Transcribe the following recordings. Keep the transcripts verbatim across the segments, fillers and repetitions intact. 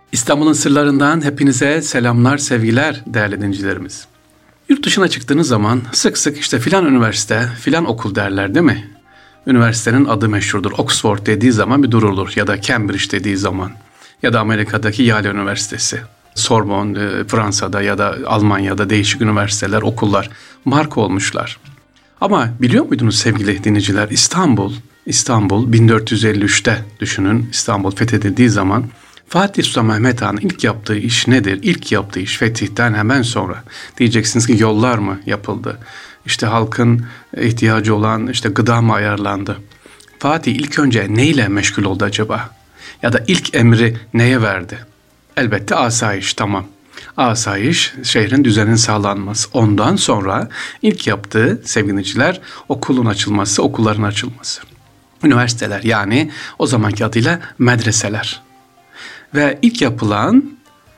İstanbul'un sırlarından hepinize selamlar, sevgiler değerli dinleyicilerimiz. Yurt dışına çıktığınız zaman sık sık işte filan üniversite, filan okul derler değil mi? Üniversitenin adı meşhurdur. Oxford dediği zaman bir durulur ya da Cambridge dediği zaman ya da Amerika'daki Yale Üniversitesi, Sorbonne Fransa'da ya da Almanya'da değişik üniversiteler, okullar marka olmuşlar. Ama biliyor muydunuz sevgili dinleyiciler, İstanbul, İstanbul bin dört yüz elli üçte düşünün, İstanbul fethedildiği zaman Fatih Sultan Mehmet Han'ın ilk yaptığı iş nedir? İlk yaptığı iş fetihten hemen sonra. Diyeceksiniz ki yollar mı yapıldı? İşte halkın ihtiyacı olan işte gıda mı ayarlandı? Fatih ilk önce neyle meşgul oldu acaba? Ya da ilk emri neye verdi? Elbette asayiş, tamam. Asayiş, şehrin düzenin sağlanması. Ondan sonra ilk yaptığı sevgiliciler okulun açılması, okulların açılması. Üniversiteler, yani o zamanki adıyla medreseler. Ve ilk yapılan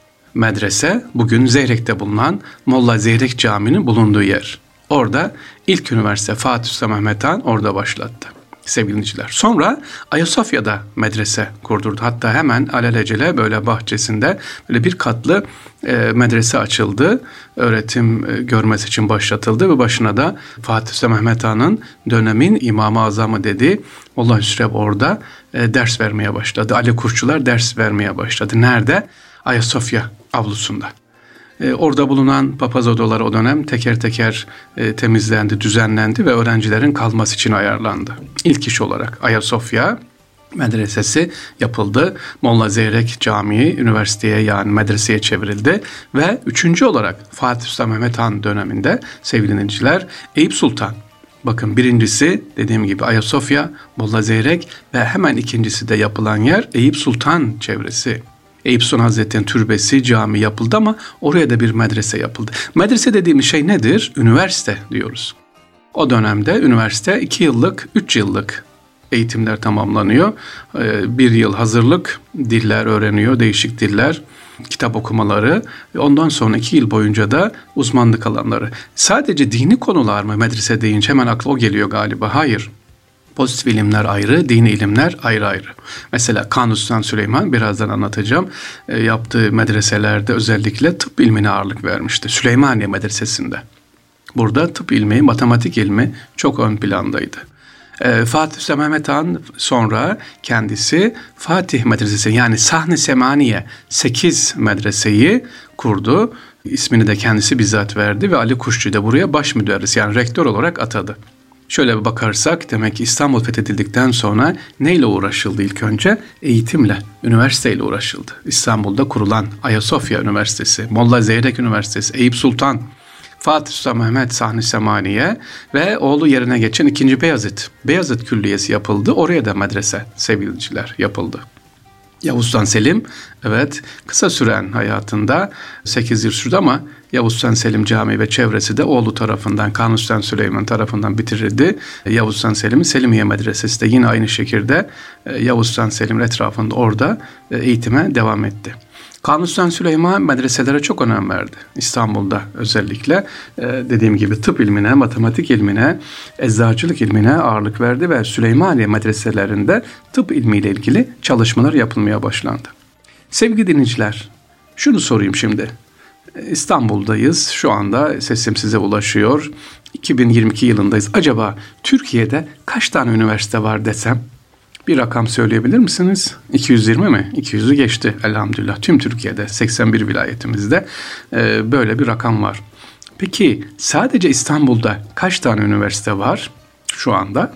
medrese bugün Zeyrek'te bulunan Molla Zeyrek Camii'nin bulunduğu yer. Orada ilk üniversite Fatih Sultan Mehmet Han orada başlattı sevgili dinleyiciler. Sonra Ayasofya'da medrese kurdurdu. Hatta hemen alelacele böyle bahçesinde böyle bir katlı e, medrese açıldı. Öğretim e, görmesi için başlatıldı ve başına da Fatih Sultan Mehmet Han'ın dönemin İmam-ı Azamı dediği Molla Hüsrev orada e, ders vermeye başladı. Ali Kurtçular ders vermeye başladı. Nerede? Ayasofya avlusunda. Ee, orada bulunan papaz odaları o dönem teker teker e, temizlendi, düzenlendi ve öğrencilerin kalması için ayarlandı. İlk iş olarak Ayasofya medresesi yapıldı. Molla Zeyrek Camii üniversiteye, yani medreseye çevrildi ve üçüncü olarak Fatih Sultan Mehmet Han döneminde sevgili dinleyiciler Eyüp Sultan. Bakın, birincisi dediğim gibi Ayasofya, Molla Zeyrek ve hemen ikincisi de yapılan yer Eyüp Sultan çevresi. Eyüp Sultan Hazretleri'nin türbesi, cami yapıldı ama oraya da bir medrese yapıldı. Medrese dediğimiz şey nedir? Üniversite diyoruz. O dönemde üniversite iki yıllık, üç yıllık eğitimler tamamlanıyor. Bir yıl hazırlık, diller öğreniyor, değişik diller, kitap okumaları. Ondan sonra iki yıl boyunca da uzmanlık alanları. Sadece dini konular mı medrese deyince hemen akla o geliyor galiba? Hayır. Pozitif ilimler ayrı, dini ilimler ayrı ayrı. Mesela Kanuni Sultan Süleyman, birazdan anlatacağım, e, yaptığı medreselerde özellikle tıp ilmine ağırlık vermişti. Süleymaniye Medresesi'nde. Burada tıp ilmi, matematik ilmi çok ön plandaydı. E, Fatih Sultan Mehmet Han sonra kendisi Fatih Medresesi, yani Sahne Semaniye sekiz medreseyi kurdu. İsmini de kendisi bizzat verdi ve Ali Kuşçu'yu da buraya baş müderris, yani rektör olarak atadı. Şöyle bir bakarsak demek ki İstanbul fethedildikten sonra neyle uğraşıldı ilk önce? Eğitimle, üniversiteyle uğraşıldı. İstanbul'da kurulan Ayasofya Üniversitesi, Molla Zeyrek Üniversitesi, Eyüp Sultan, Fatih Sultan Mehmet Sahne Semaniye ve oğlu yerine geçen ikinci Beyazıt. Beyazıt Külliyesi yapıldı. Oraya da medrese sevgiliciler yapıldı. Yavuz Sultan Selim, evet, kısa süren hayatında sekiz yıl sürdü ama Yavuz Sultan Selim Camii ve çevresi de oğlu tarafından, Kanuni Sultan Süleyman tarafından bitirildi. Yavuz Sultan Selim'in Selimiye Medresesi de yine aynı şekilde Yavuz Sultan Selim'in etrafında orada eğitime devam etti. Kanuni Sultan Süleyman medreselere çok önem verdi. İstanbul'da özellikle dediğim gibi tıp ilmine, matematik ilmine, eczacılık ilmine ağırlık verdi ve Süleymaniye medreselerinde tıp ilmiyle ilgili çalışmalar yapılmaya başlandı. Sevgili dinleyiciler, şunu sorayım şimdi. İstanbul'dayız. Şu anda sesim size ulaşıyor. iki bin yirmi iki yılındayız. Acaba Türkiye'de kaç tane üniversite var desem? Bir rakam söyleyebilir misiniz? iki yüz yirmi mi? iki yüzü geçti elhamdülillah. Tüm Türkiye'de, seksen bir vilayetimizde e, böyle bir rakam var. Peki sadece İstanbul'da kaç tane üniversite var şu anda?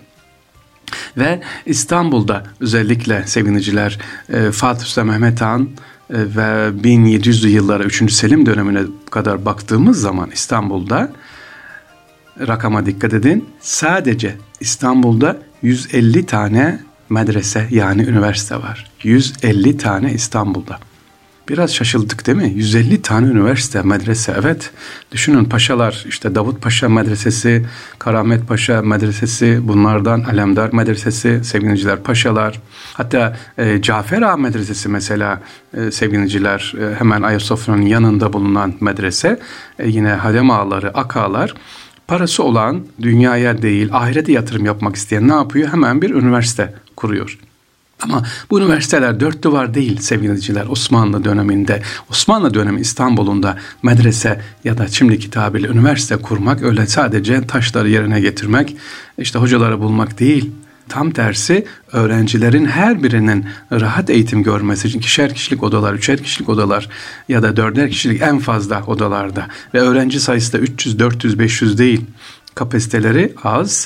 Ve İstanbul'da özellikle sevgiliciler e, Fatih Sultan Mehmet Han ve bin yedi yüzlü yıllara, üçüncü Selim dönemine kadar baktığımız zaman İstanbul'da, rakama dikkat edin, sadece İstanbul'da yüz elli tane medrese, yani üniversite var. yüz elli tane İstanbul'da. Biraz şaşıldık değil mi? yüz elli tane üniversite, medrese, evet. Düşünün, paşalar, işte Davut Paşa Medresesi, Karamet Paşa Medresesi, bunlardan Alemdar Medresesi, sevgiliciler paşalar. Hatta e, Cafer Ağa Medresesi mesela e, sevgiliciler e, hemen Ayasofya'nın yanında bulunan medrese. E, yine Hadem Ağaları, Akağalar. Parası olan, dünyaya değil ahirete yatırım yapmak isteyen ne yapıyor? Hemen bir üniversite kuruyor. Ama bu üniversiteler dört duvar değil sevgili dinleyiciler. Osmanlı döneminde, Osmanlı dönemi İstanbul'unda medrese ya da şimdiki tabirle üniversite kurmak öyle sadece taşları yerine getirmek, işte hocaları bulmak değil. Tam tersi öğrencilerin her birinin rahat eğitim görmesi için ikişer kişilik odalar, üçer kişilik odalar ya da dörder kişilik en fazla odalarda ve öğrenci sayısı da üç yüz, dört yüz, beş yüz değil. Kapasiteleri az,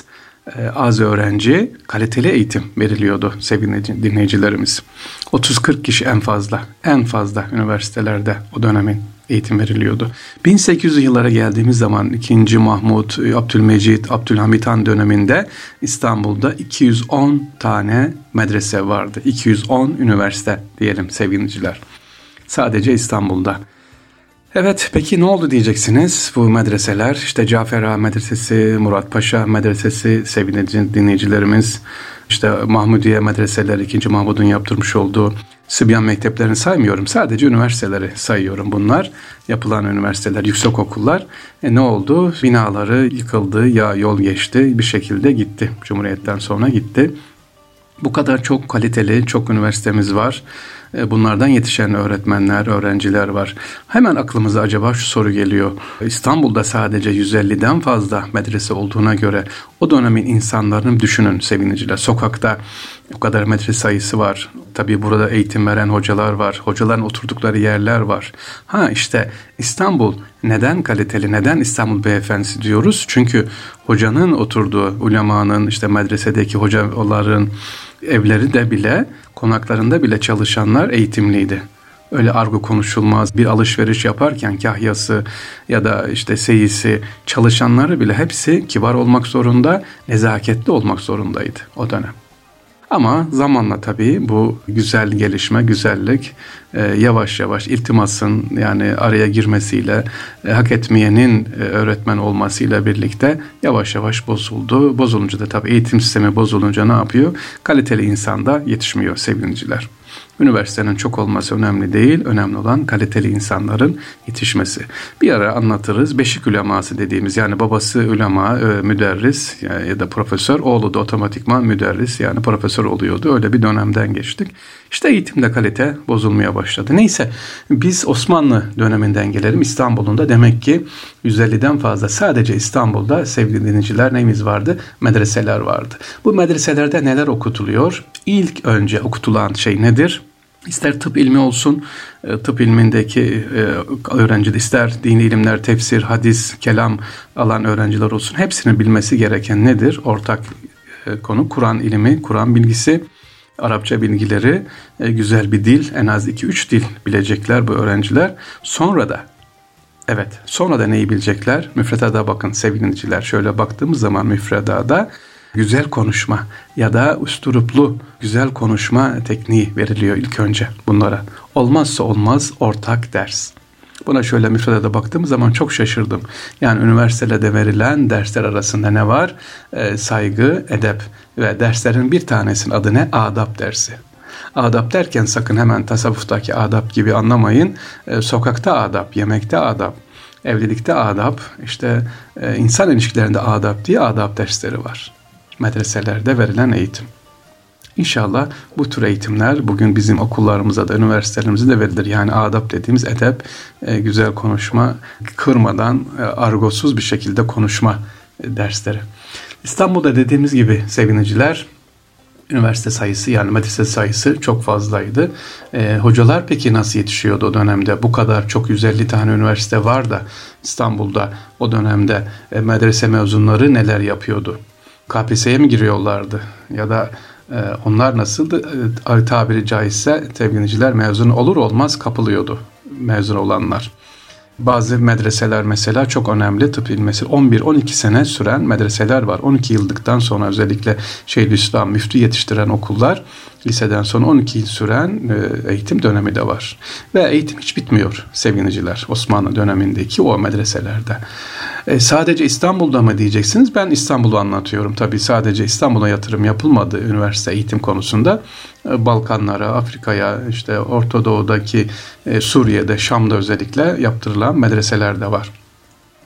az öğrenci, kaliteli eğitim veriliyordu sevgili dinleyicilerimiz. otuz kırk kişi en fazla, en fazla üniversitelerde o dönemin eğitim veriliyordu. bin sekiz yüzlü yıllara geldiğimiz zaman ikinci. Mahmut, Abdülmecit, Abdülhamit Han döneminde İstanbul'da iki yüz on tane medrese vardı. iki yüz on üniversite diyelim sevgiliciler. Sadece İstanbul'da. Evet, peki ne oldu diyeceksiniz bu medreseler? İşte Cafer Ağa Medresesi, Murat Paşa Medresesi sevgili dinleyicilerimiz, işte Mahmudiye medreseleri, ikinci. Mahmud'un yaptırmış olduğu Sıbyan mekteplerini saymıyorum. Sadece üniversiteleri sayıyorum bunlar. Yapılan üniversiteler, yüksekokullar. E ne oldu? Binaları yıkıldı, ya yol geçti, bir şekilde gitti. Cumhuriyet'ten sonra gitti. Bu kadar çok kaliteli, çok üniversitemiz var. Bunlardan yetişen öğretmenler, öğrenciler var. Hemen aklımıza acaba şu soru geliyor. İstanbul'da sadece yüz elliden fazla medrese olduğuna göre o dönemin insanlarını düşünün sevgiliciler. Sokakta o kadar medrese sayısı var. Tabii burada eğitim veren hocalar var. Hocaların oturdukları yerler var. Ha işte İstanbul neden kaliteli, neden İstanbul beyefendisi diyoruz? Çünkü hocanın oturduğu, ulemanın, işte medresedeki hocaların evleri de bile, konaklarında bile çalışanlar eğitimliydi. Öyle argo konuşulmaz. Bir alışveriş yaparken kahyası ya da işte seyisi, çalışanları bile hepsi kibar olmak zorunda, nezaketli olmak zorundaydı o dönem. Ama zamanla tabii bu güzel gelişme, güzellik e, yavaş yavaş iltimasın yani araya girmesiyle, e, hak etmeyenin e, öğretmen olmasıyla birlikte yavaş yavaş bozuldu. Bozulunca da tabii eğitim sistemi bozulunca ne yapıyor? Kaliteli insan da yetişmiyor sevgiliciler. Üniversitenin çok olması önemli değil. Önemli olan kaliteli insanların yetişmesi. Bir ara anlatırız. Beşik uleması dediğimiz, yani babası ulema, müderris ya da profesör, oğlu da otomatikman müderris yani profesör oluyordu. Öyle bir dönemden geçtik. İşte eğitimde kalite bozulmaya başladı. Neyse biz Osmanlı döneminden gelelim. İstanbul'un da demek ki yüz elliden fazla sadece İstanbul'da sevgili dinleyiciler neyimiz vardı? Medreseler vardı. Bu medreselerde neler okutuluyor? İlk önce okutulan şey nedir? İster tıp ilmi olsun, tıp ilmindeki öğrenciler, ister dini ilimler, tefsir, hadis, kelam alan öğrenciler olsun. Hepsinin bilmesi gereken nedir? Ortak konu Kur'an ilmi, Kur'an bilgisi, Arapça bilgileri, güzel bir dil, en az iki üç dil bilecekler bu öğrenciler. Sonra da Evet, sonra da neyi bilecekler? Müfredata bakın sevgili dinleyiciler. Şöyle baktığımız zaman müfredata güzel konuşma ya da üsturuplu güzel konuşma tekniği veriliyor ilk önce bunlara. Olmazsa olmaz ortak ders. Buna şöyle müfredata baktığımız zaman çok şaşırdım. Yani üniversitede verilen dersler arasında ne var? E, saygı, edep ve derslerin bir tanesinin adı ne? Adab dersi. Adab derken sakın hemen tasavvuftaki adab gibi anlamayın. E, sokakta adab, yemekte adab, evlilikte adab, işte e, insan ilişkilerinde adab diye adab dersleri var. Medreselerde verilen eğitim. İnşallah bu tür eğitimler bugün bizim okullarımıza da üniversitelerimizde de verilir. Yani adab dediğimiz edep, e, güzel konuşma, kırmadan, e, argosuz bir şekilde konuşma e, dersleri. İstanbul'da dediğimiz gibi sevgiliciler, üniversite sayısı yani medrese sayısı çok fazlaydı. E, hocalar peki nasıl yetişiyordu o dönemde? Bu kadar çok yüz elli tane üniversite var da İstanbul'da o dönemde e, medrese mezunları neler yapıyordu? K P S S'ye mi giriyorlardı? Ya da e, onlar nasıldı? E, tabiri caizse sevgiliciler mezun olur olmaz kapılıyordu mezun olanlar. Bazı medreseler mesela çok önemli tıp ilmesi on bir on iki sene süren medreseler var. on iki yıllıktan sonra özellikle Şeyhülislam müftü yetiştiren okullar, liseden sonra on iki yıl süren eğitim dönemi de var. Ve eğitim hiç bitmiyor sevgiliciler Osmanlı dönemindeki o medreselerde. E, sadece İstanbul'da mı diyeceksiniz? Ben İstanbul'u anlatıyorum. Tabii sadece İstanbul'a yatırım yapılmadı üniversite eğitim konusunda. E, Balkanlara, Afrika'ya, işte Orta Doğu'daki e, Suriye'de, Şam'da özellikle yaptırılan medreseler de var.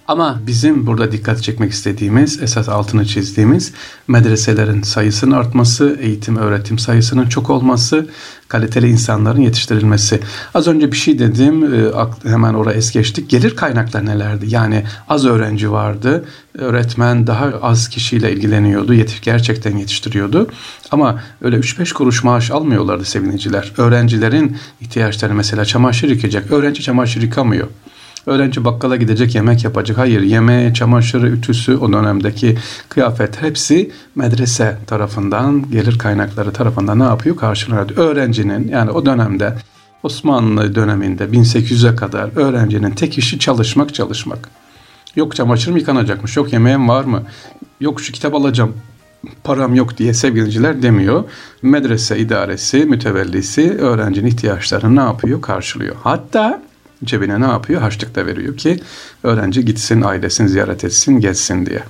Ama bizim burada dikkat çekmek istediğimiz, esas altını çizdiğimiz medreselerin sayısının artması, eğitim öğretim sayısının çok olması, kaliteli insanların yetiştirilmesi. Az önce bir şey dedim, hemen oraya es geçtik. Gelir kaynakları nelerdi? Yani az öğrenci vardı, öğretmen daha az kişiyle ilgileniyordu, yetiş gerçekten yetiştiriyordu. Ama öyle üç beş kuruş maaş almıyorlardı sevgiliciler. Öğrencilerin ihtiyaçları, mesela çamaşır yıkayacak. Öğrenci çamaşır yıkamıyor. Öğrenci bakkala gidecek, yemek yapacak. Hayır, yemeği, çamaşırı, ütüsü, o dönemdeki kıyafet hepsi medrese tarafından, gelir kaynakları tarafından ne yapıyor? Karşılanıyor. Öğrencinin, yani o dönemde, Osmanlı döneminde bin sekiz yüze kadar öğrencinin tek işi çalışmak çalışmak. Yok çamaşırım yıkanacakmış, yok yemeğim var mı, yok şu kitap alacağım, param yok diye sevgiliciler demiyor. Medrese idaresi, mütevellisi öğrencinin ihtiyaçlarını ne yapıyor? Karşılıyor. Hatta cebine ne yapıyor? Harçlık da veriyor ki öğrenci gitsin, ailesini ziyaret etsin, gezsin diye.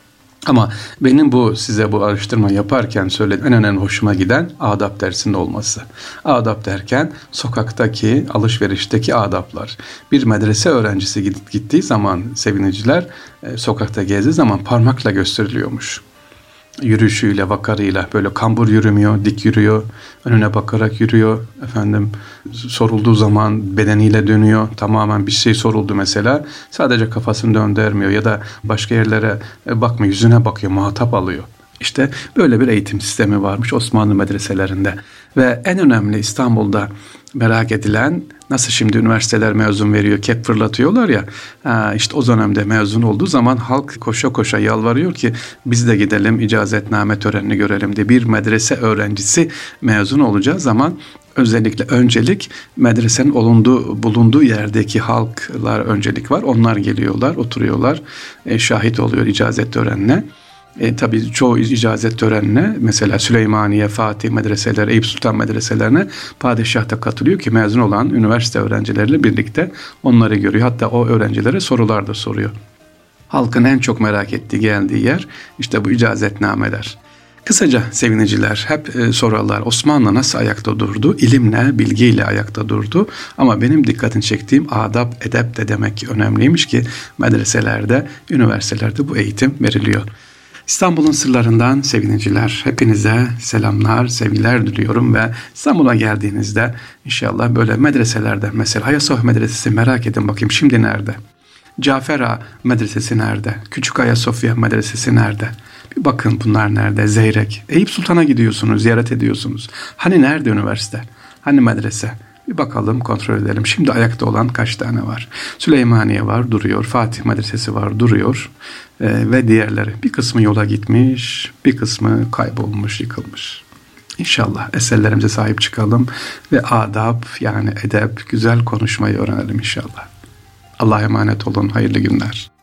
Ama benim bu size bu araştırma yaparken söylediğim en önemli hoşuma giden adab dersinde olması. Adab derken sokaktaki, alışverişteki adaplar. Bir medrese öğrencisi gittiği zaman seviniciler, sokakta gezdiği zaman parmakla gösteriliyormuş. Yürüyüşüyle, vakarıyla, böyle kambur yürümüyor, dik yürüyor, önüne bakarak yürüyor. Efendim, sorulduğu zaman bedeniyle dönüyor. Tamamen bir şey soruldu mesela, sadece kafasını döndürmüyor ya da başka yerlere bakmıyor, yüzüne bakıyor, muhatap alıyor. İşte böyle bir eğitim sistemi varmış Osmanlı medreselerinde. Ve en önemli, İstanbul'da merak edilen, nasıl şimdi üniversiteler mezun veriyor, kep fırlatıyorlar ya, işte o dönemde mezun olduğu zaman halk koşa koşa yalvarıyor ki biz de gidelim icazetname törenini görelim diye. Bir medrese öğrencisi mezun olacağı zaman özellikle öncelik medresenin olunduğu, bulunduğu yerdeki halklar öncelik var. Onlar geliyorlar, oturuyorlar, e, şahit oluyor icazet törenine. E, tabii çoğu icazet törenine, mesela Süleymaniye, Fatih medreseleri, Eyüp Sultan medreselerine padişah da katılıyor ki mezun olan üniversite öğrencileriyle birlikte onları görüyor. Hatta o öğrencilere sorular da soruyor. Halkın en çok merak ettiği, geldiği yer işte bu icazetnameler. Kısaca seviniciler hep e, sorarlar, Osmanlı nasıl ayakta durdu? İlimle, bilgiyle ayakta durdu. Ama benim dikkatini çektiğim adab, edep de demek ki önemliymiş ki medreselerde, üniversitelerde bu eğitim veriliyor. İstanbul'un sırlarından seviniciler, hepinize selamlar, sevgiler diliyorum ve İstanbul'a geldiğinizde inşallah böyle medreselerde, mesela Ayasofya Medresesi merak edin bakayım şimdi nerede? Cafer Ağa Medresesi nerede? Küçük Ayasofya Medresesi nerede? Bir bakın bunlar nerede? Zeyrek. Eyüp Sultan'a gidiyorsunuz, ziyaret ediyorsunuz. Hani nerede üniversite? Hani medrese? Bir bakalım, kontrol edelim. Şimdi ayakta olan kaç tane var? Süleymaniye var, duruyor. Fatih Medresesi var, duruyor. Ee, ve diğerleri. Bir kısmı yola gitmiş, bir kısmı kaybolmuş, yıkılmış. İnşallah eserlerimize sahip çıkalım ve adab, yani edep, güzel konuşmayı öğrenelim inşallah. Allah'a emanet olun, hayırlı günler.